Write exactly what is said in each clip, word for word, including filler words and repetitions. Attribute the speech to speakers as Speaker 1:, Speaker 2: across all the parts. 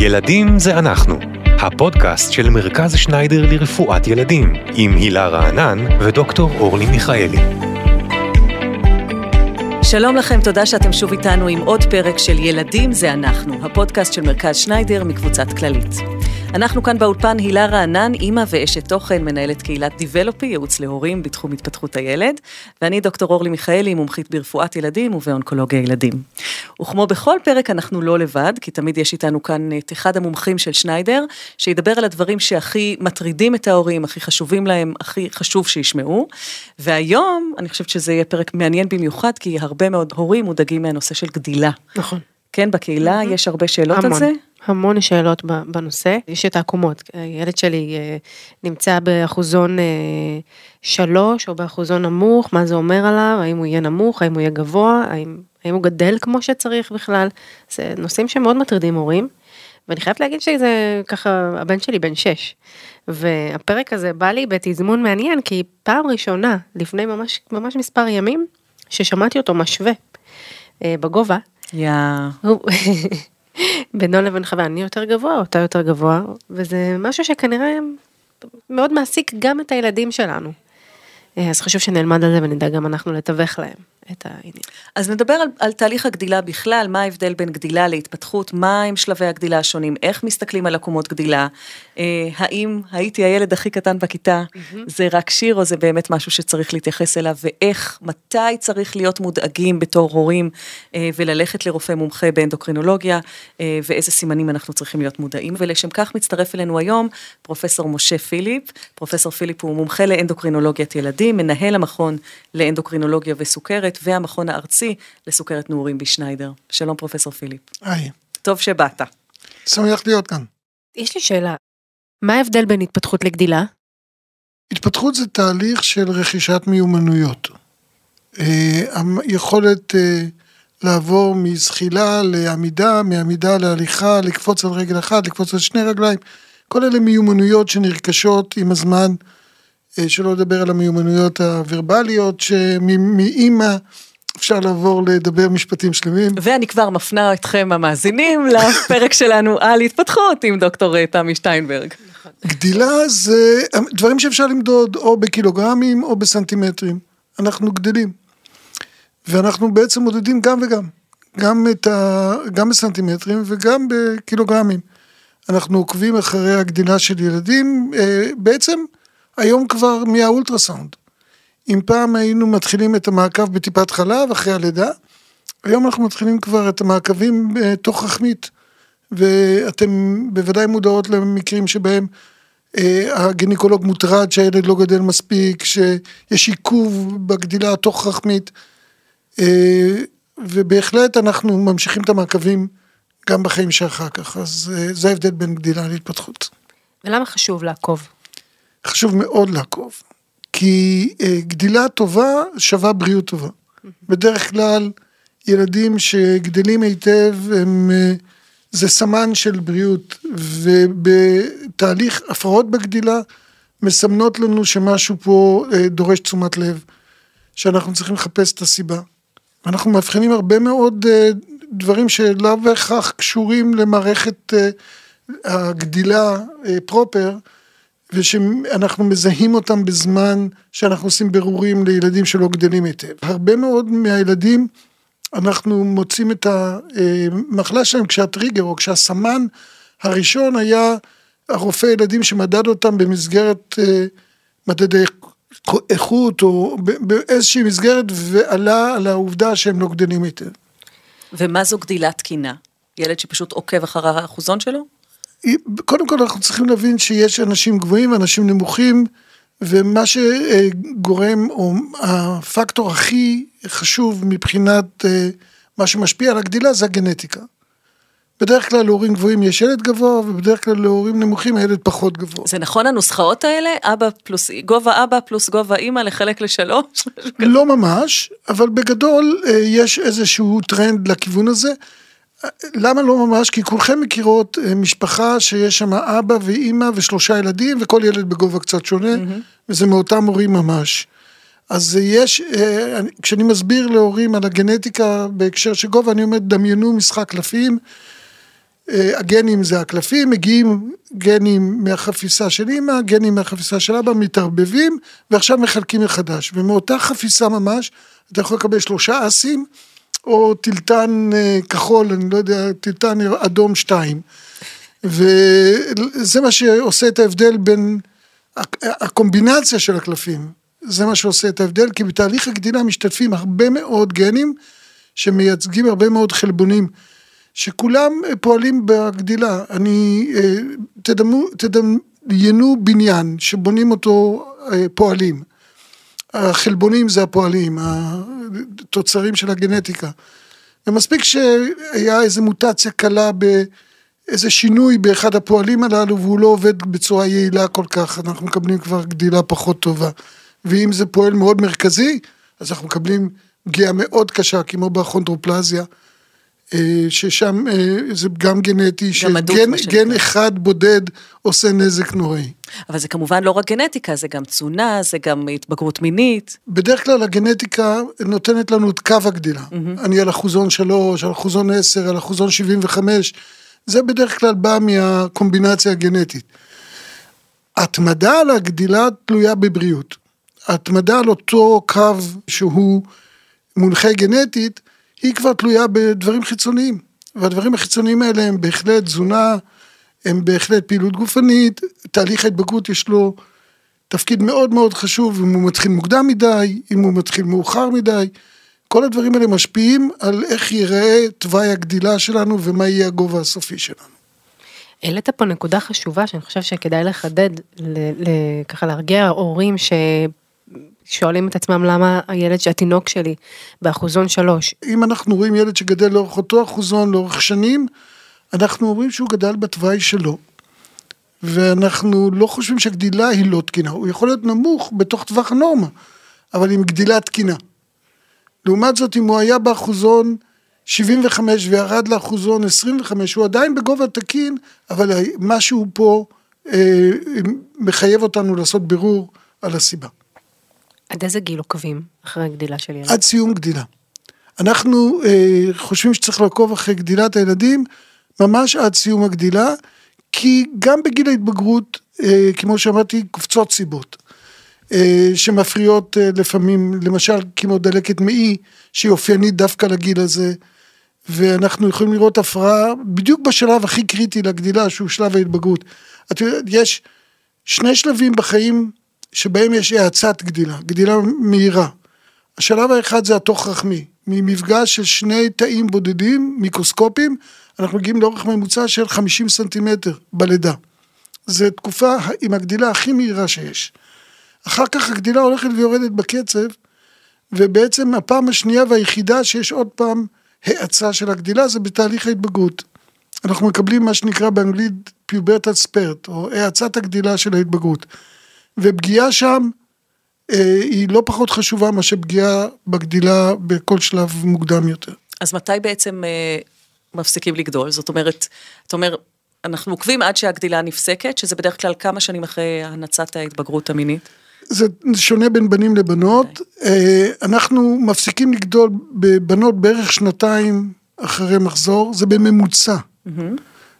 Speaker 1: ילדים זה אנחנו, הפודקאסט של מרכז שניידר לרפואת ילדים, עם הילה רענן ודוקטור אורלי מיכאלי.
Speaker 2: שלום לכם, תודה שאתם שוב איתנו עם עוד פרק של ילדים זה אנחנו, הפודקאסט של מרכז שניידר מקבוצת כללית. אנחנו כאן באולפן הילה רענן, אימא ואשת תוכן, מנהלת קהילת דיבלופי, ייעוץ להורים בתחום התפתחות הילד, ואני דוקטור אורלי מיכאלי, מומחית ברפואת ילדים ובאונקולוגיה ילדים. וכמו בכל פרק אנחנו לא לבד, כי תמיד יש איתנו כאן את אחד המומחים של שניידר, שידבר על הדברים שהכי מטרידים את ההורים, הכי חשובים להם, הכי חשוב שישמעו, והיום אני חושבת שזה יהיה פרק מעניין במיוחד, כי הרבה מאוד הורים מודאגים מהנושא של גדילה.
Speaker 3: נכון.
Speaker 2: כן, בקהילה mm-hmm. יש הרבה שאלות
Speaker 3: המון,
Speaker 2: על זה?
Speaker 3: המון שאלות בנושא. יש את העקומות. הילד שלי נמצא באחוזון שלוש או באחוזון נמוך, מה זה אומר עליו? האם הוא יהיה נמוך, האם הוא יהיה גבוה, האם, האם הוא גדל כמו שצריך בכלל? זה נושאים שמאוד מטרידים הורים. ואני חייבת להגיד שזה ככה, הבן שלי בן שש. והפרק הזה בא לי בתזמון מעניין, כי פעם ראשונה, לפני ממש, ממש מספר ימים, ששמעתי אותו משווה בגובה,
Speaker 2: יאה.
Speaker 3: בינו לבין חווה, אני יותר גבוה, אותה יותר גבוה, וזה משהו שכנראה מאוד מעסיק גם את הילדים שלנו. אז חשוב שנלמד על זה ונדע גם אנחנו לתווך להם את העניין.
Speaker 2: אז נדבר על, על תהליך הגדילה בכלל, מה ההבדל בין גדילה להתפתחות, מה הם שלבי הגדילה השונים, איך מסתכלים על עקומות גדילה, אה, האם הייתי הילד הכי קטן בכיתה, mm-hmm. זה רק שיר או זה באמת משהו שצריך להתייחס אליו, ואיך, מתי צריך להיות מודאגים בתור הורים, אה, וללכת לרופא מומחה באנדוקרינולוגיה, אה, ואיזה סימנים אנחנו צריכים להיות מודעים, ולשם כך מצטרף אלינו היום פרופסור משה פיליפ, פרופסור פיליפ הוא מומחה לאנדוקרינולוגיית ילדים, מנהל המכון לאנדוקרינולוגיה וסוכרת, והמכון הארצי לסוכרת נעורים בשניידר. שלום פרופסור פיליפ.
Speaker 4: היי.
Speaker 2: טוב שבאת.
Speaker 4: שמח להיות כאן.
Speaker 3: יש לי שאלה, מה ההבדל בין התפתחות לגדילה?
Speaker 4: התפתחות זה תהליך של רכישת מיומנויות. היכולת לעבור מזחילה לעמידה, מעמידה להליכה, לקפוץ על רגל אחת, לקפוץ על שני רגליים, כל אלה מיומנויות שנרכשות עם הזמן, שלא לדבר על המיומנויות הוורבליות, שמאמא אפשר לעבור לדבר משפטים שלמים.
Speaker 2: ואני כבר מפנה אתכם המאזינים לפרק שלנו על התפתחות עם דוקטור תמי שטיינברג.
Speaker 4: גדילה זה דברים שאפשר למדוד או בקילוגרמים או בסנטימטרים. אנחנו גדלים. ואנחנו בעצם מודדים גם וגם. גם, את ה... גם בסנטימטרים וגם בקילוגרמים. אנחנו עוקבים אחרי הגדילה של ילדים, בעצם היום כבר מהאולטרסאונד. אם פעם היינו מתחילים את המעקב בטיפת חלב אחרי הלידה, היום אנחנו מתחילים כבר את המעקבים תוך רחמית, ואתם בוודאי מודעות למקרים שבהם אה, הגניקולוג מוטרד שהילד לא גדל מספיק, שיש עיכוב בגדילה תוך רחמית, אה, ובהחלט אנחנו ממשיכים את המעקבים גם בחיים שאחר כך, אז אה, זה ההבדל בין גדילה להתפתחות.
Speaker 3: ולמה חשוב לעקוב?
Speaker 4: חשוב מאוד לעקוב, כי אה, גדילה טובה שווה בריאות טובה. Mm-hmm. בדרך כלל ילדים שגדלים היטב, הם, אה, זה סמן של בריאות, ובתהליך הפרעות בגדילה, מסמנות לנו שמשהו פה אה, דורש תשומת לב, שאנחנו צריכים לחפש את הסיבה. אנחנו מבחינים הרבה מאוד אה, דברים שלא בהכרח קשורים למערכת אה, הגדילה אה, פרופר, ושאנחנו מזהים אותם בזמן שאנחנו עושים ברורים לילדים שלא גדלים היטב. הרבה מאוד מהילדים, אנחנו מוצאים את המחלה שלהם כשהטריגר, או כשהסמן הראשון היה הרופא ילדים שמדד אותם במסגרת מדדי איכות, או באיזושהי מסגרת, ועלה על העובדה שהם לא גדלים היטב.
Speaker 2: ומה זו גדילה תקינה? ילד שפשוט עוקב אחר האחוזון שלו?
Speaker 4: קודם כל אנחנו צריכים להבין שיש אנשים גבוהים ואנשים נמוכים, ומה שגורם, או הפקטור הכי חשוב מבחינת מה שמשפיע על הגדילה, זה הגנטיקה. בדרך כלל להורים גבוהים יש ילד גבוה, ובדרך כלל להורים נמוכים הילד פחות גבוה.
Speaker 2: זה נכון הנוסחאות האלה? אבא פלוס, גובה אבא פלוס גובה אמא לחלק לשלוש?
Speaker 4: לא ממש, אבל בגדול יש איזשהו טרנד לכיוון הזה. למה לא ממש? כי כולכם מכירות משפחה שיש שם אבא ואמא ושלושה ילדים, וכל ילד בגובה קצת שונה, mm-hmm. וזה מאותם הורים ממש. אז יש, כשאני מסביר להורים על הגנטיקה בהקשר של גובה, אני אומר, דמיינו משחק קלפים, הגנים זה הקלפים, מגיעים גנים מהחפיסה של אמא, גנים מהחפיסה של אבא, מתערבבים, ועכשיו מחלקים מחדש. ומאותה חפיסה ממש, אתה יכול לקבל שלושה אסים, או טלטן כחול, אני לא יודע, טלטן אדום שתיים. וזה מה שעושה את ההבדל בין הקומבינציה של הקלפים. זה מה שעושה את ההבדל, כי בתהליך הגדילה משתתפים הרבה מאוד גנים, שמייצגים הרבה מאוד חלבונים, שכולם פועלים בגדילה. אני, תדמו, תדמיינו בניין, שבונים אותו פועלים. החלבונים זה הפועלים, התוצרים של הגנטיקה. ומספיק שהיה איזו מוטציה קלה באיזה שינוי באחד הפועלים הללו, והוא לא עובד בצורה יעילה כל כך, אנחנו מקבלים כבר גדילה פחות טובה. ואם זה פועל מאוד מרכזי, אז אנחנו מקבלים פגיעה מאוד קשה, כמו באכונדרופלזיה, ששם זה גם גנטי, שגן אחד בודד עושה נזק נוראי.
Speaker 2: אבל זה כמובן לא רק גנטיקה, זה גם תזונה, זה גם התבגרות מינית.
Speaker 4: בדרך כלל הגנטיקה נותנת לנו את קו הגדילה. אני על אחוזון שלוש, על אחוזון עשר, על אחוזון שבעים וחמש, זה בדרך כלל בא מהקומבינציה הגנטית. התמדה על הגדילה תלויה בבריאות. התמדה על אותו קו שהוא מונחה גנטית, היא כבר תלויה בדברים חיצוניים, והדברים החיצוניים האלה הם בהחלט תזונה, הם בהחלט פעילות גופנית, תהליך ההתבגרות יש לו תפקיד מאוד מאוד חשוב, אם הוא מתחיל מוקדם מדי, אם הוא מתחיל מאוחר מדי, כל הדברים האלה משפיעים על איך ייראה תוואי הגדילה שלנו, ומה יהיה הגובה הסופי שלנו.
Speaker 3: העלית פה נקודה חשובה, שאני חושב שכדאי לחדד, ככה להרגיע הורים ש... שואלים את עצמם למה הילד שהתינוק שלי באחוזון שלוש.
Speaker 4: אם אנחנו רואים ילד שגדל לאורך אותו אחוזון לאורך שנים, אנחנו אומרים שהוא גדל בתוואי שלו, ואנחנו לא חושבים שהגדילה היא לא תקינה, הוא יכול להיות נמוך בתוך טווח הנורמה, אבל עם גדילה תקינה. לעומת זאת, אם הוא היה באחוזון שבעים וחמש וירד לאחוזון עשרים וחמש, הוא עדיין בגובה תקין, אבל משהו פה אה, מחייב אותנו לעשות בירור על הסיבה.
Speaker 3: עד איזה גיל עוקבים אחרי הגדילה של ילד?
Speaker 4: עד סיום גדילה. אנחנו אה, חושבים שצריך לעקוב אחרי גדילת הילדים, ממש עד סיום הגדילה, כי גם בגיל ההתבגרות, אה, כמו שאמרתי, קופצות סיבות, אה, שמפריעות אה, לפעמים, למשל כמו דלקת מעי, שהיא אופיינית דווקא לגיל הזה, ואנחנו יכולים לראות הפרעה, בדיוק בשלב הכי קריטי לגדילה, שהוא שלב ההתבגרות. את יודעת, יש שני שלבים בחיים, שבהם יש האצת גדילה, גדילה מהירה. השלב האחד זה התוך רחמי, ממפגש של שני תאים בודדים, מיקרוסקופיים, אנחנו מגיעים לאורך ממוצע של חמישים סנטימטר בלידה. זו תקופה עם הגדילה הכי מהירה שיש. אחר כך הגדילה הולכת ויורדת בקצב, ובעצם הפעם השנייה והיחידה שיש עוד פעם האצה של הגדילה, זה בתהליך ההתבגרות. אנחנו מקבלים מה שנקרא באנגלית pubertal spurt, או האצת הגדילה של ההתבגרות. ופגיעה שם אה, היא לא פחות חשובה מה שפגיעה בגדילה בכל שלב מוקדם יותר.
Speaker 2: אז מתי בעצם אה, מפסיקים לגדול? זאת אומרת, אתה אומר, אנחנו עוקבים עד שהגדילה נפסקת, שזה בדרך כלל כמה שנים אחרי הנצת ההתבגרות המינית?
Speaker 4: זה שונה בין בנים לבנות. Okay. אה, אנחנו מפסיקים לגדול בבנות בערך שנתיים אחרי מחזור, זה בממוצע. Mm-hmm.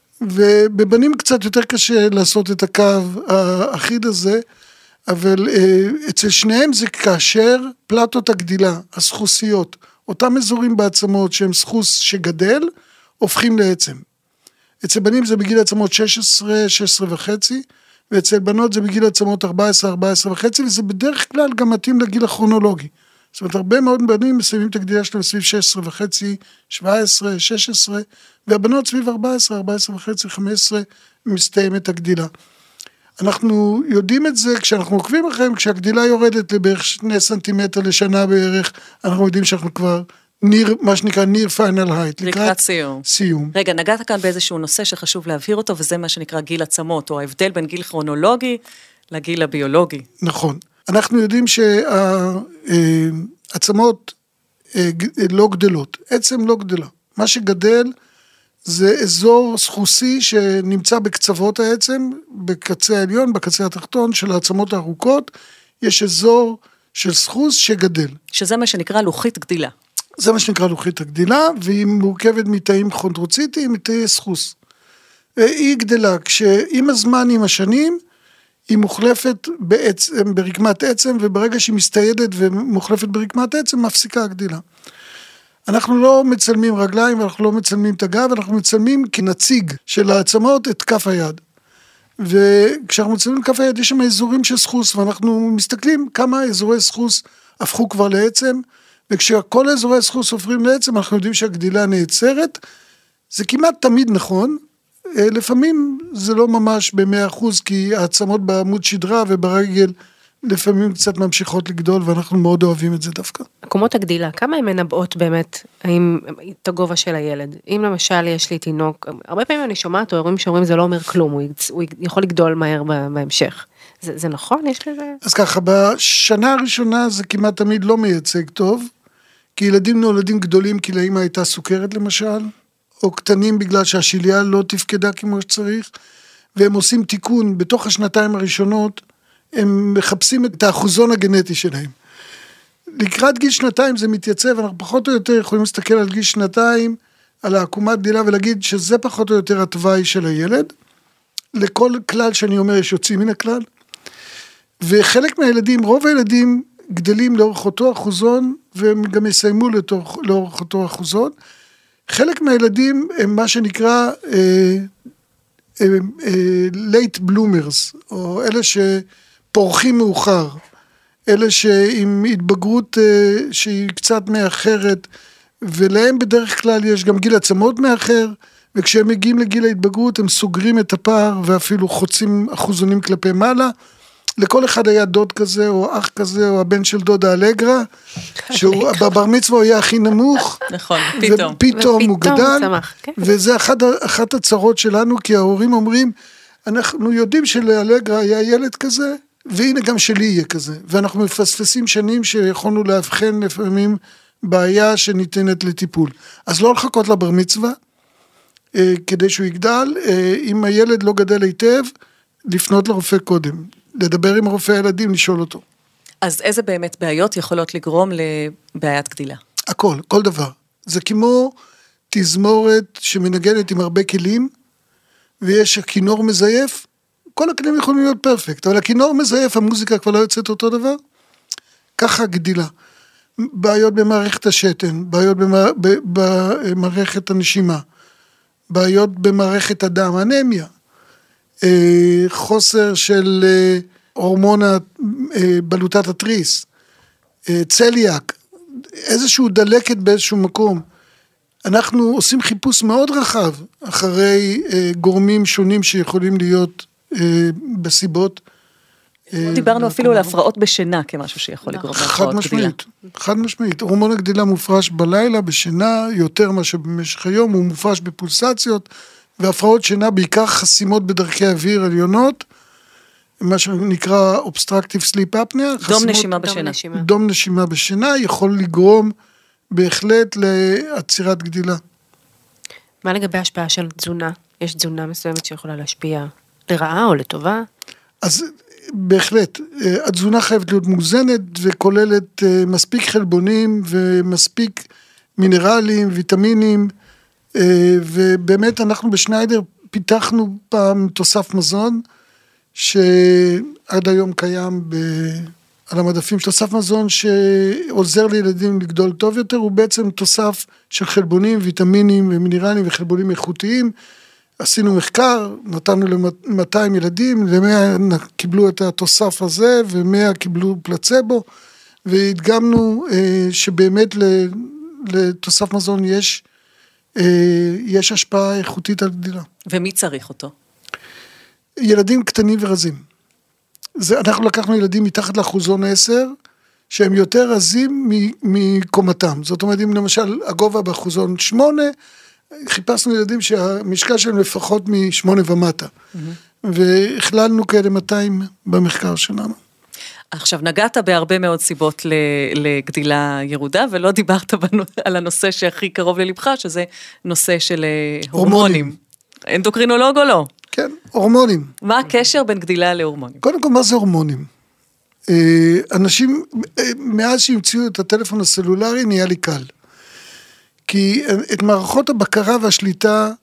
Speaker 4: ובבנים קצת יותר קשה לעשות את הקו האחיד הזה, אבל אצל שניהם זה כאשר פלטות הגדילה, הסחוסיות, אותם אזורים בעצמות שהם סחוס שגדל, הופכים לעצם. אצל בנים זה בגיל עצמות שש עשרה, שש עשרה וחצי, ואצל בנות זה בגיל עצמות ארבע עשרה, ארבע עשרה וחצי, וזה בדרך כלל גם מתאים לגיל הכרונולוגי. זאת אומרת, הרבה מאוד בנים מסיימים את הגדילה שלהם סביב שש עשרה וחצי, שבע עשרה, שש עשרה, והבנות סביב ארבע עשרה, ארבע עשרה וחצי, חמש עשרה, מסתיימת הגדילה. אנחנו יודעים את זה, כשאנחנו עוקבים אחריהם, כשהגדילה יורדת לבערך שני סנטימטר לשנה בערך, אנחנו יודעים שאנחנו כבר ניר, מה שנקרא ניר פיינל הייט.
Speaker 2: לקראת סיום.
Speaker 4: סיום.
Speaker 2: רגע, נגעת כאן באיזשהו נושא שחשוב להבהיר אותו, וזה מה שנקרא גיל עצמות, או ההבדל בין גיל כרונולוגי לגיל הביולוגי.
Speaker 4: נכון. אנחנו יודעים שהעצמות לא גדלות, עצם לא גדלה. מה שגדל זה אזור סחוסי שנמצא בקצוות העצם, בקצה העליון, בקצה התחתון של העצמות הארוכות, יש אזור של סחוס שגדל.
Speaker 2: שזה מה שנקרא לוחית גדילה.
Speaker 4: זה מה שנקרא לוחית הגדילה, והיא מורכבת מתאים כרונדרוציטיים, מתאי סחוס. היא גדלה, כשעם הזמן, עם השנים, היא מוחלפת בעצם, ברקמת עצם, וברגע שהיא מסתיידת ומוחלפת ברקמת עצם, מפסיקה הגדילה. אנחנו לא מצלמים רגליים, אנחנו לא מצלמים את הגב, אנחנו מצלמים כנציג של העצמות את כף היד. וכשאנחנו מצלמים את כף היד, יש שם אזורים של סחוס, ואנחנו מסתכלים כמה אזורי סחוס הפכו כבר לעצם, וכשכל אזורי הסחוס הופכים לעצם, אנחנו יודעים שהגדילה נעצרת. זה כמעט תמיד נכון, לפעמים זה לא ממש ב-מאה אחוז, כי העצמות בעמוד שדרה וברגל לפעמים קצת ממשיכות לגדול, ואנחנו מאוד אוהבים את זה דווקא.
Speaker 3: עקומות הגדילה, כמה הן מנבאות באמת, האם את הגובה של הילד? אם למשל יש לי תינוק, הרבה פעמים אני שומעת, או הורים שאומרים זה לא אומר כלום, הוא, הוא יכול לגדול מהר בהמשך. זה, זה נכון? יש לזה?
Speaker 4: אז ככה, בשנה הראשונה זה כמעט תמיד לא מייצג טוב, כי ילדים נולדים גדולים, כי לאמא הייתה סוכרת למשל, או קטנים בגלל שהשיליה לא תפקדה כמו שצריך, והם עושים תיקון בתוך השנתיים הראשונות, הם מחפשים את האחוזון הגנטי שלהם. לקראת גיל שנתיים זה מתייצב, אנחנו פחות או יותר יכולים להסתכל על גיל שנתיים, על העקומת גדילה ולהגיד שזה פחות או יותר התוואי של הילד. לכל כלל שאני אומר יש יוצאים מן הכלל. וחלק מהילדים, רוב הילדים גדלים לאורך אותו אחוזון, והם גם יסיימו לתוך, לאורך אותו אחוזון. חלק מהילדים הם מה שנקרא אה, אה, אה, late bloomers, או אלה שפורחים מאוחר, אלה שעם התבגרות אה, שהיא קצת מאחרת, ולהם בדרך כלל יש גם גיל עצמות מאחר, וכשהם מגיעים לגיל ההתבגרות הם סוגרים את הפער, ואפילו חוצים אחוזונים כלפי מעלה. לכל אחד היה דוד כזה, או אח כזה, או הבן של דודה אלגרה, שהוא בבר מצווה היה הכי נמוך.
Speaker 2: נכון, פתאום.
Speaker 4: ופתאום הוא גדל, וזה אחת הצרות שלנו, כי ההורים אומרים, אנחנו יודעים שלאלגרה היה ילד כזה, והנה גם שלי יהיה כזה. ואנחנו מפספסים שנים שיכולנו להבחן לפעמים בעיה שניתנת לטיפול. אז לא לחכות לבר מצווה, כדי שהוא יגדל, אם הילד לא גדל היטב, לפנות לרופא קודם. לדבר עם רופא הילדים, לשאול אותו.
Speaker 2: אז איזה באמת בעיות יכולות לגרום לבעיית גדילה?
Speaker 4: הכל, כל דבר. זה כמו תזמורת שמנגנת עם הרבה כלים, ויש הכינור מזייף, כל הכלים יכולים להיות פרפקט, אבל הכינור מזייף, המוזיקה כבר לא יוצאת אותו דבר, ככה גדילה. בעיות במערכת השתן, בעיות במע... במערכת הנשימה, בעיות במערכת הדם, אנמיה, חוסר של הורמון בלוטת התריס, צליאק, איזשהו דלקת באיזשהו מקום. אנחנו עושים חיפוש מאוד רחב אחרי גורמים שונים שיכולים להיות בסיבות.
Speaker 2: דיברנו אפילו על הפרעות בשינה כמשהו שיכול לגרום להפרעות גדילה.
Speaker 4: חד משמעית, הורמון הגדילה מופרש בלילה, בשינה, יותר מאשר במשך היום, הוא מופרש בפולסציות, והפרעות שינה בעיקר חסימות בדרכי אוויר עליונות, מה שנקרא obstructive sleep apnea.
Speaker 2: דום נשימה בשינה.
Speaker 4: דום נשימה בשינה יכול לגרום בהחלט לעצירת גדילה.
Speaker 3: מה לגבי השפעה של תזונה? יש תזונה מסוימת שיכולה להשפיע לרעה או לטובה?
Speaker 4: אז בהחלט, התזונה חייבת להיות מאוזנת וכוללת מספיק חלבונים ומספיק מינרלים, ויטמינים, ובאמת אנחנו בשניידר פיתחנו פעם תוסף מזון, שעד היום קיים ב... על המדפים, תוסף מזון שעוזר לילדים לגדול טוב יותר, הוא בעצם תוסף של חלבונים, ויטמינים ומינרלים וחלבונים איכותיים. עשינו מחקר, נתנו ל-מאתיים ילדים, ל-מאה קיבלו את התוסף הזה, ו-מאה קיבלו פלצבו, והדגמנו שבאמת לתוסף מזון יש, יש השפעה איכותית על גדילה.
Speaker 2: ומי צריך אותו?
Speaker 4: ילדים קטנים ורזים. זה, אנחנו לקחנו ילדים מתחת לאחוזון עשר, שהם יותר רזים מקומתם. זאת אומרת, אם למשל הגובה באחוזון שמונה, חיפשנו ילדים שהמשקל שלהם לפחות משמונה ומטה. והכללנו כאלה מאתיים במחקר שלנו.
Speaker 2: עכשיו, נגעת בהרבה מאוד סיבות לגדילה ירודה, ולא דיברת על הנושא שהכי קרוב ללבך, שזה נושא של הורמונים. אנדוקרינולוג או לא?
Speaker 4: כן, הורמונים.
Speaker 2: מה הקשר בין גדילה להורמונים?
Speaker 4: קודם כל, מה זה הורמונים? אנשים, מאז שהמציאו את הטלפון הסלולרי, נהיה לי קל. כי את מערכות הבקרה והשליטה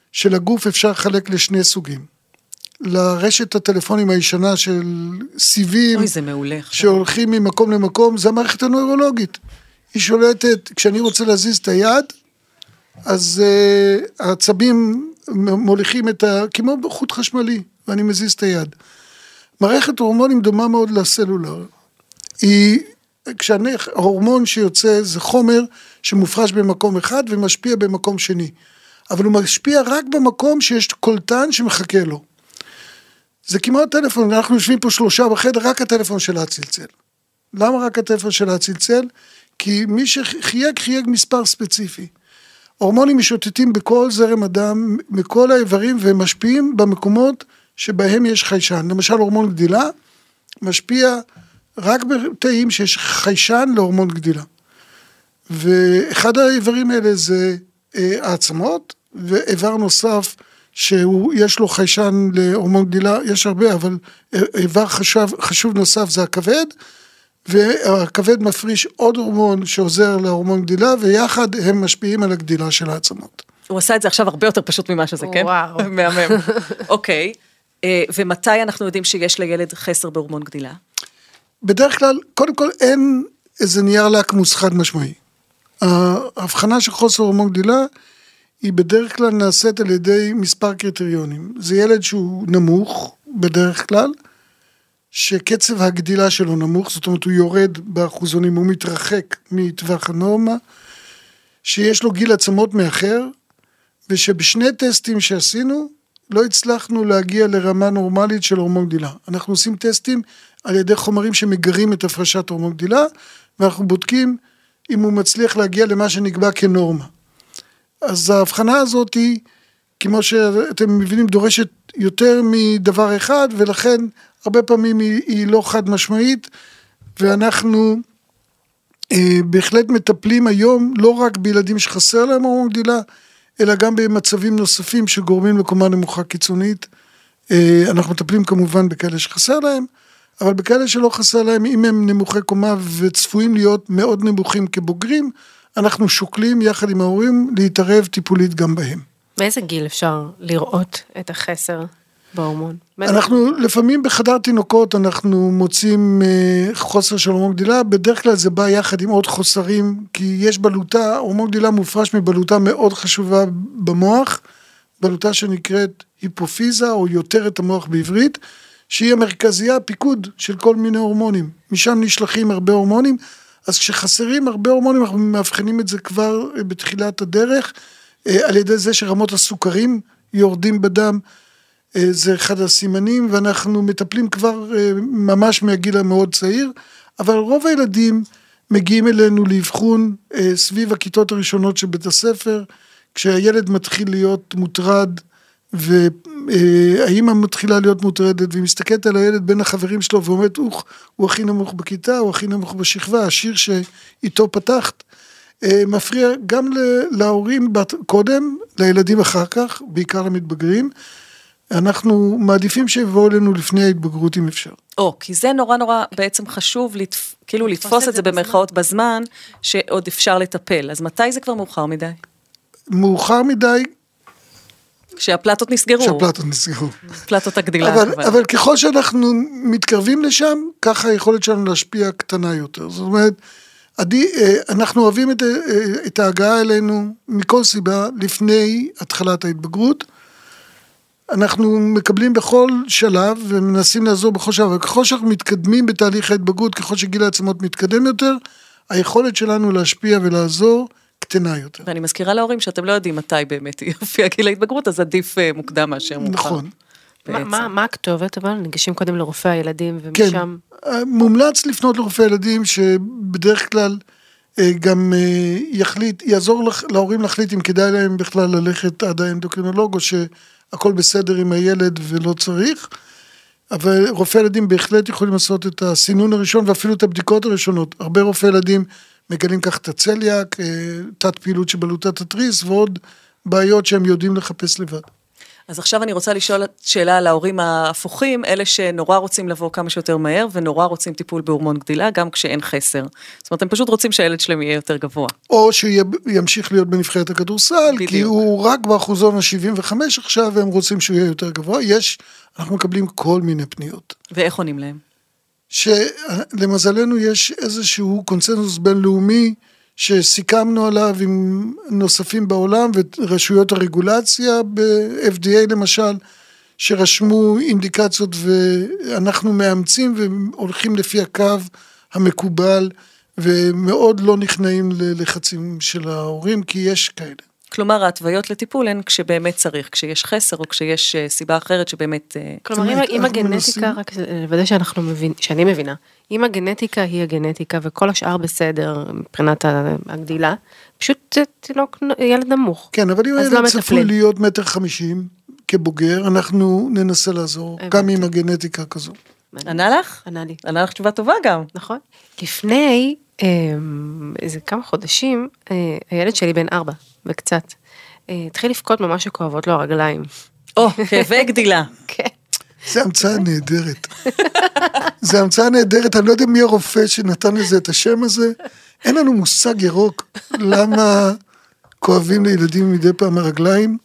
Speaker 4: של הגוף אפשר לחלק לשני סוגים. לרשת הטלפונים הישנה של סיבים,
Speaker 2: אוי, זה מעולה.
Speaker 4: שהולכים ממקום למקום, זה המערכת הנוירולוגית. היא שולטת, כשאני רוצה להזיז את היד, אז uh, העצבים מוליכים את ה... כמו בחוט חשמלי, ואני מזיז את היד. מערכת הורמונים דומה מאוד לסלולר. היא, כשההורמון שיוצא זה חומר שמופרש במקום אחד ומשפיע במקום שני. אבל הוא משפיע רק במקום שיש קולטן שמחכה לו. זה כמעט טלפון, אנחנו יושבים פה שלושה בחדר, רק הטלפון שלה צלצל. למה רק הטלפון שלה צלצל? כי מי שחייג, חייג מספר ספציפי. הורמונים משוטטים בכל זרם אדם, מכל האיברים, והם משפיעים במקומות שבהם יש חיישן. למשל, הורמון גדילה משפיע רק בתאים שיש חיישן להורמון גדילה. ואחד האיברים האלה זה העצמות, ואיבר נוסף שיש לו חיישן להורמון גדילה, יש הרבה, אבל איבר חשוב, חשוב נוסף זה הכבד, והכבד מפריש עוד הורמון שעוזר להורמון גדילה, ויחד הם משפיעים על הגדילה של העצמות.
Speaker 2: הוא עשה את זה עכשיו הרבה יותר פשוט ממה שזה, כן?
Speaker 3: וואו.
Speaker 2: מהמם. אוקיי, ומתי אנחנו יודעים שיש לילד חסר בהורמון גדילה?
Speaker 4: בדרך כלל, קודם כל אין איזה נייר לקמוס חד משמעי. ההבחנה של חוסר הורמון גדילה, היא בדרך כלל נעשית על ידי מספר קריטריונים. זה ילד שהוא נמוך, בדרך כלל, שקצב הגדילה שלו נמוך, זאת אומרת הוא יורד באחוזונים, הוא מתרחק מטווח הנורמה, שיש לו גיל עצמות מאחר, ושבשני טסטים שעשינו, לא הצלחנו להגיע לרמה נורמלית של הורמון גדילה. אנחנו עושים טסטים על ידי חומרים שמגרים את הפרשת הורמון גדילה, ואנחנו בודקים אם הוא מצליח להגיע למה שנקבע כנורמה. אז ההבחנה הזאת היא, כמו שאתם מבינים, דורשת יותר מדבר אחד, ולכן הרבה פעמים היא, היא לא חד משמעית, ואנחנו אה, בהחלט מטפלים היום, לא רק בילדים שחסר להם הורמון גדילה, אלא גם במצבים נוספים שגורמים לקומה נמוכה קיצונית. אה, אנחנו מטפלים כמובן בכאלה שחסר להם, אבל בכאלה שלא חסר להם, אם הם נמוכי קומה וצפויים להיות מאוד נמוכים כבוגרים, אנחנו שוקלים יחד עם ההורים להתערב טיפולית גם בהם.
Speaker 3: מאיזה גיל אפשר לראות את החסר בהורמון?
Speaker 4: אנחנו לפעמים בחדר תינוקות אנחנו מוצאים חוסר של הורמון גדילה, בדרך כלל זה בא יחד עם עוד חוסרים, כי יש בלוטה, הורמון גדילה מופרש מבלוטה מאוד חשובה במוח, בלוטה שנקראת היפופיזה או יותרת המוח בעברית, שהיא המרכזייה, הפיקוד של כל מיני הורמונים, משם נשלחים הרבה הורמונים, אז כשחסרים הרבה הורמונים אנחנו מאבחנים את זה כבר בתחילת הדרך, על ידי זה שרמות הסוכרים יורדים בדם, זה אחד הסימנים, ואנחנו מטפלים כבר ממש מהגיל המאוד צעיר, אבל רוב הילדים מגיעים אלינו לאבחון סביב הכיתות הראשונות של בית הספר, כשהילד מתחיל להיות מוטרד, והאמא מתחילה להיות מוטרדת, והיא מסתכלת על הילד בין החברים שלו, ואומרת, אוח, הוא הכי נמוך בכיתה, הוא הכי נמוך בשכבה, השיר שאיתו פתחת, מפריע גם להורים קודם, לילדים אחר כך, בעיקר למתבגרים, אנחנו מעדיפים שיבואו אלינו לפני ההתבגרות אם אפשר.
Speaker 2: או, כי זה נורא נורא בעצם חשוב, לתפ... כאילו לתפוס את זה במרכאות בזמן, שעוד אפשר לטפל. אז מתי זה כבר מאוחר מדי?
Speaker 4: מאוחר מדי.
Speaker 2: כשהפלטות נסגרו.
Speaker 4: כשהפלטות נסגרו.
Speaker 2: פלטות הגדילה.
Speaker 4: אבל, אבל... אבל ככל שאנחנו מתקרבים לשם, ככה היכולת שלנו להשפיע קטנה יותר. זאת אומרת, עדי, אנחנו אוהבים את, את ההגעה אלינו מכל סיבה לפני התחלת ההתבגרות, אנחנו מקבלים בכל שלב ומנסים לעזור בכל שלב, וככל שאנחנו מתקדמים בתהליך ההתבגרות, ככל שגיל העצמות מתקדם יותר, היכולת שלנו להשפיע ולעזור קטנה יותר.
Speaker 2: ואני מזכירה להורים שאתם לא יודעים מתי באמת יופיע גיל ההתבגרות, אז עדיף מוקדם מאשר מאוחר.
Speaker 4: נכון.
Speaker 3: מה, מה, מה הכתובת, אבל ניגשים קודם לרופא הילדים ומשם...
Speaker 4: כן, מומלץ לפנות לרופא הילדים שבדרך כלל גם יחליט, יעזור להורים להחליט אם כדאי להם בכלל ללכת עד האנדוקרינולוג או ש... הכל בסדר עם הילד ולא צריך, אבל רופאי ילדים בהחלט יכולים לעשות את הסינון הראשון, ואפילו את הבדיקות הראשונות. הרבה רופאי ילדים מגלים כך את הצליאק, תת פעילות שבלוטת התריס, ועוד בעיות שהם יודעים לחפש לבד.
Speaker 2: אז עכשיו אני רוצה לשאול שאלה על ההורים ההפוכים, אלה שנורא רוצים לבוא כמה שיותר מהר, ונורא רוצים טיפול בהורמון גדילה, גם כשאין חסר. זאת אומרת, הם פשוט רוצים שהילד שלהם יהיה יותר גבוה.
Speaker 4: או שימשיך להיות בנבחרת הכדורסל, בדיוק. כי הוא רק באחוזון ה-שבעים וחמש עכשיו, והם רוצים שהוא יהיה יותר גבוה. יש, אנחנו מקבלים כל מיני פניות.
Speaker 2: ואיך עונים להם?
Speaker 4: שלמזלנו יש איזשהו קונצנזוס בינלאומי, שסיכמנו עליו עם נוספים בעולם, ורשויות הרגולציה ב-אף די איי למשל, שרשמו אינדיקציות, ואנחנו מאמצים והולכים לפי הקו המקובל, ומאוד לא נכנעים ללחצים של ההורים, כי יש כאלה.
Speaker 2: כלומר, ההתוויות לטיפול הן כשבאמת צריך, כשיש חסר, או כשיש סיבה אחרת שבאמת...
Speaker 3: כלומר, אם הגנטיקה, רק לוודא שאנחנו מבין, שאני מבינה, אם הגנטיקה היא הגנטיקה, וכל השאר בסדר, מבחינת הגדילה, פשוט תינוק, ילד נמוך.
Speaker 4: כן, אבל אם הילד צפוי להיות מטר חמישים, כבוגר, אנחנו ננסה לעזור, גם עם הגנטיקה כזו.
Speaker 2: ענה לך?
Speaker 3: ענה לי.
Speaker 2: ענה לך תשובה טובה גם.
Speaker 3: נכון. לפני איזה כמה חודשים, הילד שלי בן ארבע, וקצת, התחיל לפקוד ממש שכואבות לו הרגליים.
Speaker 2: או, כאבי גדילה.
Speaker 3: כן.
Speaker 4: זה המצאה נהדרת. זה המצאה נהדרת, אני לא יודע מי הרופא שנתן לזה את השם הזה, אין לנו מושג ירוק, למה כואבים לילדים מדי פעם הרגליים,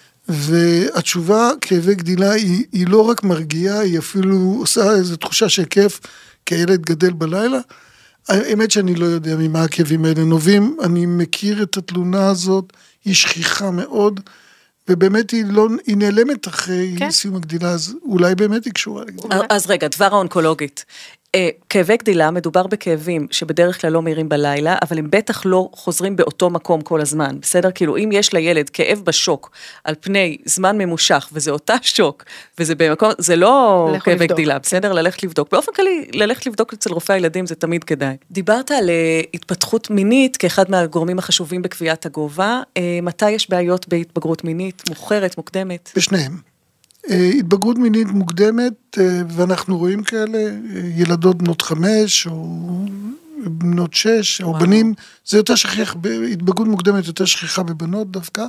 Speaker 4: והתשובה, כאבי גדילה, היא, היא לא רק מרגיעה, היא אפילו עושה איזו תחושה של כיף, כי הילד גדל בלילה. האמת שאני לא יודע ממה הכאבים האלה נובעים, אני מכיר את התלונה הזאת, היא שכיחה מאוד, ובאמת היא, לא, היא נעלמת אחרי כן. סיום הגדילה, אז אולי באמת היא קשורה לגדילה.
Speaker 2: אז רגע, דבר האונקולוגית. כאבי גדילה מדובר בכאבים שבדרך כלל לא מהירים בלילה, אבל הם בטח לא חוזרים באותו מקום כל הזמן, בסדר? כאילו אם יש לילד כאב בשוק על פני זמן ממושך, וזה אותה שוק, וזה במקום, זה לא כאבי גדילה, בסדר? ללכת לבדוק. באופן כללי, ללכת לבדוק אצל רופאי הילדים זה תמיד כדאי. דיברת על התפתחות מינית כאחד מהגורמים החשובים בקביעת הגובה, מתי יש בעיות בהתבגרות מינית, מוכרת, מוקדמת?
Speaker 4: בשניהם. התבגרות מינית מוקדמת, ואנחנו רואים כאלה, ילדות בנות חמש, או בנות שש, או בנים, זה יותר שכיח, התבגרות מוקדמת יותר שכיחה בבנות דווקא.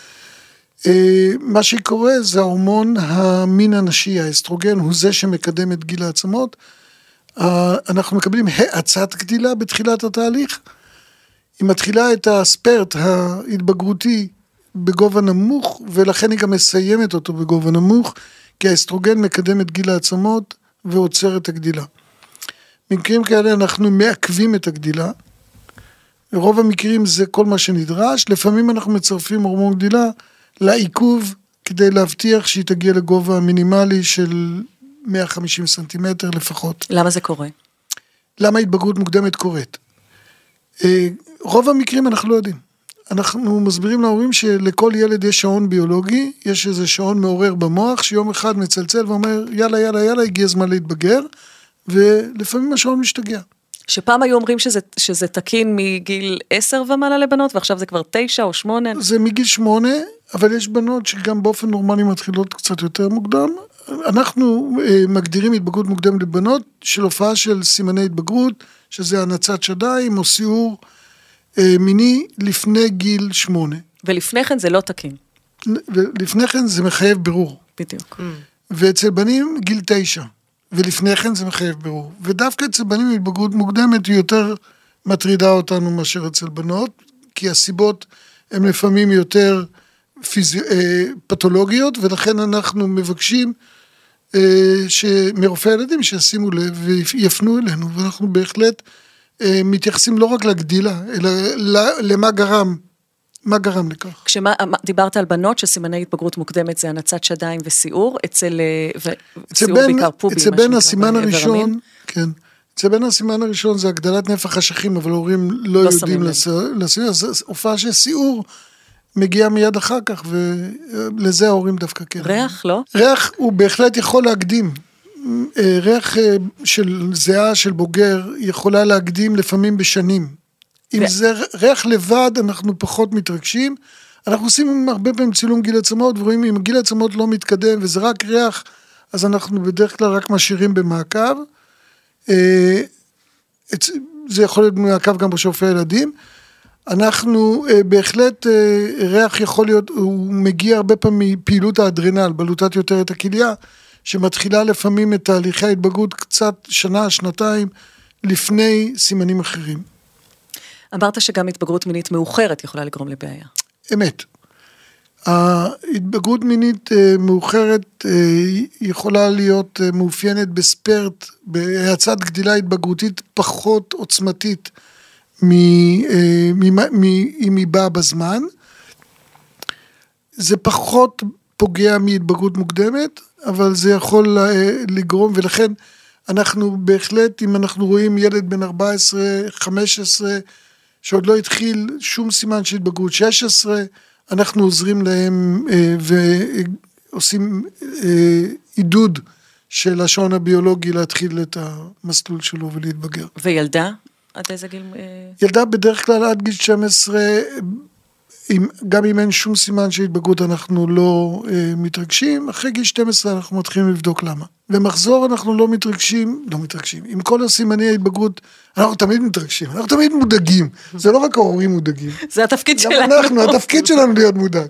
Speaker 4: מה שקורה זה ההורמון המין הנשי, האסטרוגן, הוא זה שמקדם את גיל העצמות. אנחנו מקבלים האצת גדילה בתחילת התהליך, היא מתחילה את הספרט ההתבגרותי, בגובה נמוך, ולכן היא גם מסיימת אותו בגובה נמוך, כי האסטרוגן מקדם את גיל העצמות, ועוצר את הגדילה. במקרים כאלה אנחנו מעכבים את הגדילה, ברוב המקרים זה כל מה שנדרש, לפעמים אנחנו מצרפים הורמון גדילה, לעיכוב, כדי להבטיח שהיא תגיע לגובה המינימלי של מאה וחמישים סנטימטר לפחות.
Speaker 2: למה זה קורה?
Speaker 4: למה התבגרות מוקדמת קורית? רוב המקרים אנחנו לא יודעים. אנחנו מסבירים להורים שלכל ילד יש שעון ביולוגי, יש איזה שעון מעורר במוח, שיום אחד מצלצל ואומר, יאללה, יאללה, יאללה, הגיע זמן להתבגר, ולפעמים השעון משתגע.
Speaker 2: שפעם היו אומרים שזה, שזה תקין מגיל עשר ומעלה לבנות, ועכשיו זה כבר תשע או שמונה?
Speaker 4: זה מגיל שמונה, אבל יש בנות שגם באופן נורמלי מתחילות קצת יותר מוקדם. אנחנו אה, מגדירים התבגרות מוקדם לבנות, של הופעה של סימני התבגרות, שזה הנצת שדיים או סיור, מיני לפני גיל שמונה.
Speaker 2: ולפני כן זה לא תקין.
Speaker 4: ולפני כן זה מחייב ברור.
Speaker 2: בדיוק.
Speaker 4: ואצל בנים גיל תשע. ולפני כן זה מחייב ברור. ודווקא אצל בנים התבגרות מוקדמת היא יותר מטרידה אותנו מאשר אצל בנות, כי הסיבות הן לפעמים יותר פיזי... פתולוגיות, ולכן אנחנו מבקשים שמרופאי הילדים שישימו לב ויפנו אלינו, ואנחנו בהחלט מתייחסים לא רק לגדילה, אלא למה גרם, מה גרם לכך.
Speaker 2: כשדיברת על בנות שסימני התבגרות מוקדמת זה הנצת שדיים וסיעור, אצל סיעור בעיקר פובי,
Speaker 4: אצל בין הסימן הראשון, כן, אצל בין הסימן הראשון זה הגדלת נפח אשכים, אבל ההורים לא יודעים לסיעור, אז הופעה של סיעור מגיעה מיד אחר כך, ולזה ההורים דווקא כן.
Speaker 2: ריח, לא?
Speaker 4: ריח הוא בהחלט יכול להקדים, ריח של זהה של בוגר יכולה להקדים לפעמים בשנים. אם זה ריח לבד אנחנו פחות מתרגשים, אנחנו עושים הרבה פעמים צילום גיל עצמות, ורואים אם גיל עצמות לא מתקדם וזה רק ריח, אז אנחנו בדרך כלל רק משאירים במעקב. זה יכול להיות מעקב גם בשופי ילדים. אנחנו בהחלט, ריח יכול להיות, הוא מגיע הרבה פעמים מפעילות האדרנל, בלוטת יותר את הכליה, שמתחילה לפעמים את תהליכי ההתבגרות קצת שנה, שנתיים, לפני סימנים אחרים.
Speaker 2: אמרת שגם התבגרות מינית מאוחרת יכולה לגרום לבעיה.
Speaker 4: אמת. ההתבגרות מינית מאוחרת יכולה להיות מאופיינת בספרט, בהאצת גדילה התבגרותית פחות עוצמתית אם היא באה בזמן. זה פחות פוגע מהתבגרות מוקדמת, אבל זה יכול לגרום, ולכן אנחנו בהחלט, אם אנחנו רואים ילד בן ארבע עשרה, חמש עשרה, שעוד לא התחיל שום סימן של התבגרות, שש עשרה, אנחנו עוזרים להם ועושים עידוד של השעון הביולוגי להתחיל את המסלול שלו ולהתבגר.
Speaker 2: וילדה? עד איזה גיל?
Speaker 4: ילדה בדרך כלל עד גיל שתים עשרה, גם אם אין שום סימן של התבגרות אנחנו לא מתרגשים, אחרי גיל שתים עשרה אנחנו מתחילים לבדוק למה. במחזור אנחנו לא מתרגשים, לא מתרגשים. עם כל הסימני ההתבגרות, אנחנו תמיד מתרגשים, אנחנו תמיד מודאגים. זה לא רק ההורים מודאגים.
Speaker 2: זה התפקיד שלנו.
Speaker 4: גם אנחנו, התפקיד שלנו להיות מודאג.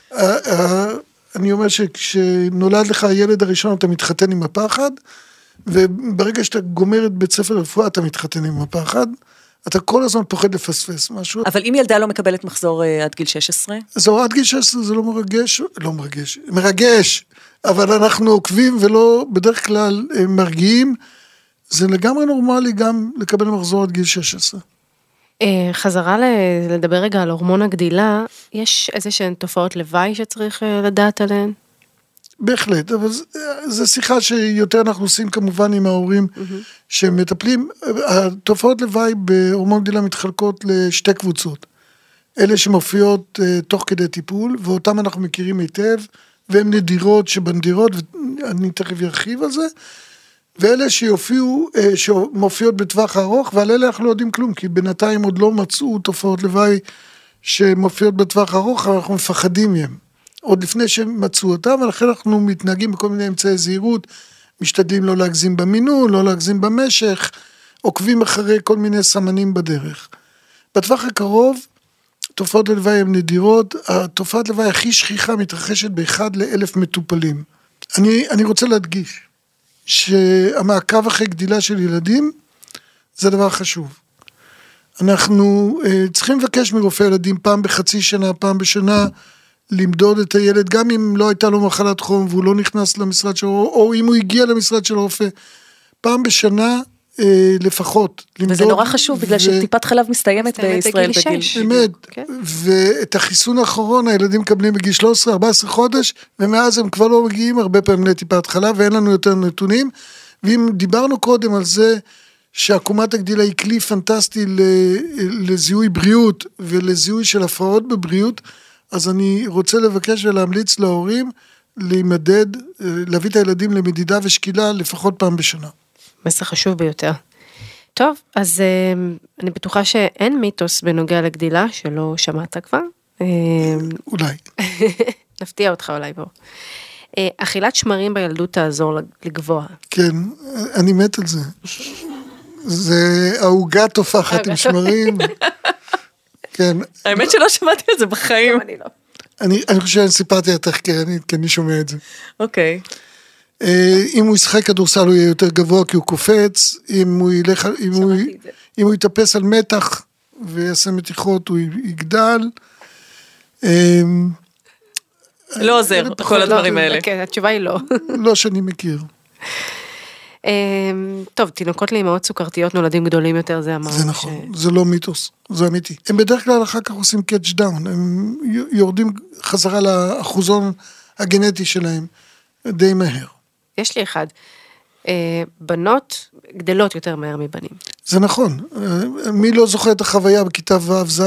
Speaker 4: אני אומר שכשנולד לך הילד הראשון אתה מתחתן עם הפחד, וברגע שאתה גומר את בית ספר לרפואה אתה מתחתן עם הפחד, אתה כל הזמן פוחד לפספס משהו.
Speaker 2: אבל אם ילדה לא מקבלת מחזור עד גיל שש עשרה?
Speaker 4: זהו, עד גיל שש עשרה זה לא מרגש, לא מרגש, מרגש, אבל אנחנו עוקבים ולא בדרך כלל מרגיעים, זה לגמרי נורמלי גם לקבל מחזור עד גיל שש עשרה.
Speaker 3: חזרה לדבר רגע על הורמון הגדילה, יש איזה שהן תופעות לוואי שצריך לדעת עליהן?
Speaker 4: בהחלט, אבל זו שיחה שיותר אנחנו עושים כמובן עם ההורים שמטפלים. התופעות לוואי בהורמון גדילה מתחלקות לשתי קבוצות. אלה שמופיעות תוך כדי טיפול, ואותם אנחנו מכירים היטב, והן נדירות שבנדירות, ואני תכף ארחיב על זה, ואלה שיופיעו, שמופיעות בטווח הארוך, ועל אלה אנחנו לא יודעים כלום, כי בינתיים עוד לא מצאו תופעות לוואי שמופיעות בטווח הארוך, אבל אנחנו מפחדים מהם. עוד לפני שמצאו אותם, ולכן אנחנו מתנהגים בכל מיני אמצעי זהירות, משתדלים לא להגזים במינון, לא להגזים במשך, עוקבים אחרי כל מיני סמנים בדרך. בטווח הקרוב, תופעות הלוואי הן נדירות, התופעת לוואי הכי שכיחה מתרחשת באחד לאלף מטופלים. אני, אני רוצה להדגיש, שהמעקב אחרי גדילה של ילדים, זה דבר חשוב. אנחנו uh, צריכים לבקש מרופא ילדים פעם בחצי שנה, פעם בשנה, למדוד את הילד, גם אם לא הייתה לו מחלת חום, והוא לא נכנס למשרד שלו, או אם הוא הגיע למשרד של הרופא, פעם בשנה אה, לפחות.
Speaker 2: למדוד, וזה נורא חשוב, בגלל ו... שטיפת חלב מסתיימת בישראל בגיל שש.
Speaker 4: באמת, כן. ואת החיסון האחרון, הילדים מקבלים בגיל שלוש עשרה ארבע עשרה חודש, ומאז הם כבר לא מגיעים הרבה פעמים לטיפת חלב, ואין לנו יותר נתונים, ואם דיברנו קודם על זה, שעקומת הגדילה היא כלי פנטסטי לזיהוי בריאות, ולזיהוי של הפרעות בבריאות, אז אני רוצה לבקש ולהמליץ להורים, להימדד, להביא את הילדים למדידה ושקילה, לפחות פעם בשנה.
Speaker 3: מסר חשוב ביותר. טוב, אז אני בטוחה שאין מיתוס בנוגע לגדילה, שלא שמעת כבר.
Speaker 4: אולי.
Speaker 3: נפתיע אותך אולי בו. אכילת שמרים בילדות תעזור לגבוה.
Speaker 4: כן, אני מת על זה. זה העוגה תופחת עם שמרים. כן.
Speaker 2: האמת שלא שמעתי על זה בחיים.
Speaker 3: אני לא.
Speaker 4: אני, אני חושב שאני סיפרתי את התחקרנית, כי אני שומע את זה.
Speaker 2: אוקיי.
Speaker 4: אם הוא ישחק כדורסל הוא יהיה יותר גבוה כי הוא קופץ, אם הוא ילך, אם הוא, אם הוא יתאפס על מתח ויעשה מתיחות הוא יגדל.
Speaker 2: לא עוזר, כל הדברים האלה.
Speaker 3: כן, התשובה היא לא.
Speaker 4: לא שאני מכיר.
Speaker 3: טוב, תינוקות לאמהות סוכרתיות נולדים גדולים יותר, זה אמרנו.
Speaker 4: זה נכון, זה לא מיתוס, זה אמיתי. הם בדרך כלל אחר כך עושים קאץ' דאון, הם יורדים חזרה לאחוזון הגנטי שלהם די מהר.
Speaker 3: יש לי אחד, בנות גדלות יותר מהר מבנים.
Speaker 4: זה נכון, מי לא זוכר את החוויה בכיתה ו' ז',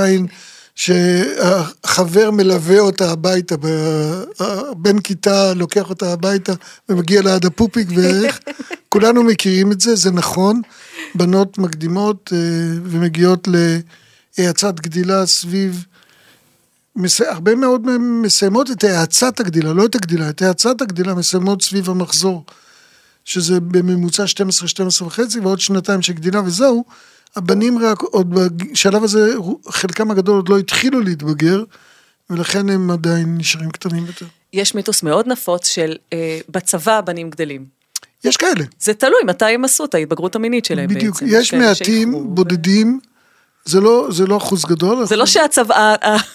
Speaker 4: שהחבר מלווה אותה הביתה, בן כיתה לוקח אותה הביתה, ומגיע ליד הפופיק ואיך, כולנו מכירים את זה, זה נכון, בנות מקדימות ומגיעות להאצת גדילה סביב, הרבה מאוד מסיימות את האצת הגדילה, לא את הגדילה, את האצת הגדילה מסיימות סביב המחזור, שזה בממוצע שתים עשרה שתים עשרה וחצי, ועוד שנתיים של גדילה וזהו, הבנים רק עוד בשלב הזה, חלקם הגדול עוד לא התחילו להתבגר, ולכן הם עדיין נשארים קטנים יותר.
Speaker 2: יש מיתוס מאוד נפוץ של אה, בצבא הבנים גדלים.
Speaker 4: יש כאלה.
Speaker 2: זה תלוי מתי הם עשו את ההתבגרות המינית שלהם
Speaker 4: בדיוק,
Speaker 2: בעצם.
Speaker 4: יש מעטים בודדים, זה לא, זה לא אחוז גדול.
Speaker 2: זה לא שהצבא,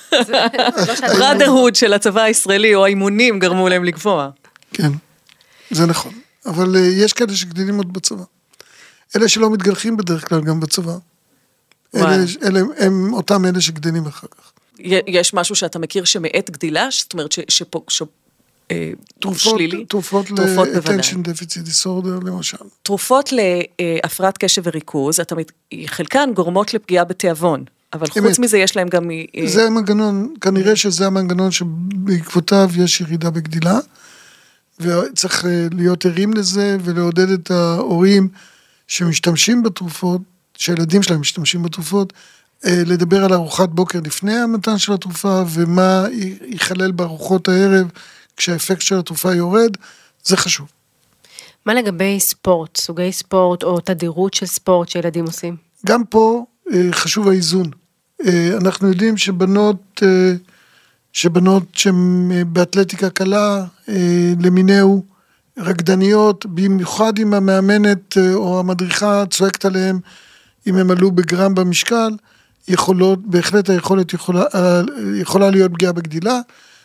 Speaker 2: הבראדרהוד של הצבא הישראלי או האימונים גרמו להם לגבוה.
Speaker 4: כן, זה נכון. אבל יש כאלה שגדלים עוד בצבא. אלה שלא מתגלחים בדרך כלל גם בצבא. אלה, אלה, הם אותם אלה שגדלים אחר כך.
Speaker 2: יש משהו שאתה מכיר שמעט גדילה? זאת אומרת שפה...
Speaker 4: תרופות,
Speaker 2: שלילי?
Speaker 4: תרופות ל-attention deficit disorder למשל.
Speaker 2: תרופות להפרעת קשב וריכוז, חלקן גורמות לפגיעה בתיאבון, אבל חוץ מזה יש להם גם...
Speaker 4: זה המנגנון, כנראה שזה המנגנון שבעקבותיו יש ירידה בגדילה, וצריך להיות ערים לזה ולעודד את ההורים שמשתמשים בתרופות, שהילדים שלהם משתמשים בתרופות, לדבר על ארוחת בוקר לפני המתן של התרופה, ומה ייכלל בארוחות הערב, כשהאפקט של התרופה יורד, זה חשוב.
Speaker 3: מה לגבי ספורט, סוגי ספורט או תדירות של ספורט שילדים עושים?
Speaker 4: גם פה חשוב האיזון. אנחנו יודעים שבנות, שבנות שהן באתלטיקה קלה, למיניהו, רקדניות, במיוחד אם המאמנת או המדריכה צועקת עליהם, אם הם עלו בגרם במשקל, יכולות, בהחלט היכולת יכולה, יכולה להיות פגיעה בגדילה.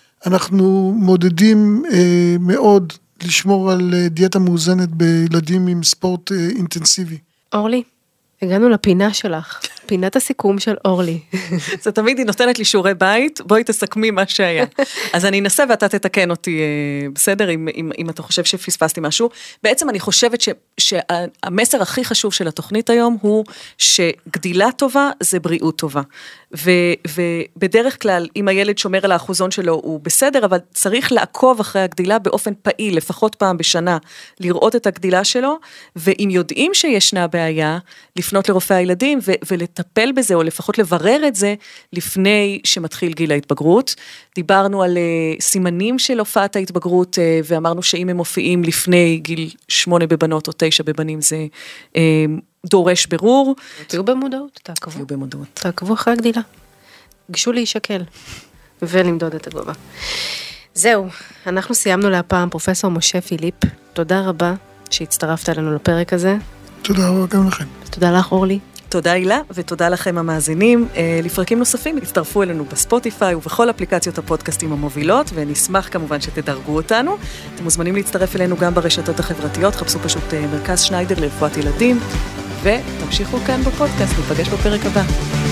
Speaker 4: אנחנו מודדים אה, מאוד לשמור על דיאטה מאוזנת בילדים עם ספורט אה, אינטנסיבי.
Speaker 3: אורלי, הגענו לפינה שלך, פינת הסיכום של אורלי.
Speaker 2: זה תמיד היא נותנת לי שיעורי בית, בואי תסכמי מה שהיה. אז אני אנסה ואתה תתקן אותי, בסדר, אם, אם, אם אתה חושב שפספסתי משהו. בעצם אני חושבת ש, שהמסר הכי חשוב של התוכנית היום הוא שגדילה טובה זה בריאות טובה. ו, ובדרך כלל, אם הילד שומר על האחוזון שלו, הוא בסדר, אבל צריך לעקוב אחרי הגדילה באופן פעיל, לפחות פעם בשנה, לראות את הגדילה שלו, ואם יודעים שישנה בעיה, לפנות לרופא הילדים ו, ולטפל בזה, או לפחות לברר את זה, לפני שמתחיל גיל ההתבגרות. דיברנו על uh, סימנים של הופעת ההתבגרות, uh, ואמרנו שאם הם מופיעים לפני גיל שמונה בבנות או תשע בבנים, זה uh, דורש ברור.
Speaker 3: תהיו במודעות, תעקבו.
Speaker 2: תהיו במודעות.
Speaker 3: תעקבו אחרי הגדילה. גשו להישקל, ולמדוד את הגובה. זהו, אנחנו סיימנו להפעם, פרופסור משה פיליפ, תודה רבה שהצטרפת אלינו לפרק הזה.
Speaker 4: תודה רבה גם לכם.
Speaker 3: תודה לך אורלי.
Speaker 2: תודה הילה, ותודה לכם המאזינים. לפרקים נוספים, הצטרפו אלינו בספוטיפיי ובכל אפליקציות הפודקאסטים המובילות, ונשמח כמובן שתדרגו אותנו. אתם מוזמנים להצטרף אלינו גם ברשתות החברתיות, חפשו פשוט מרכז שניידר לרפואת ילדים, ותמשיכו כאן בפודקאסט, ניפגש בפרק הבא.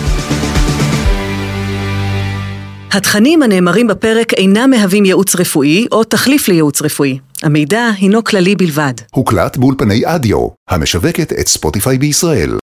Speaker 2: התכנים הנאמרים בפרק אינם מהווים ייעוץ רפואי או תחליף לייעוץ רפואי. המידע הינו כללי בלבד.
Speaker 5: הוקלט באולפני אדיו, המשווקת את ספוטיפיי בישראל.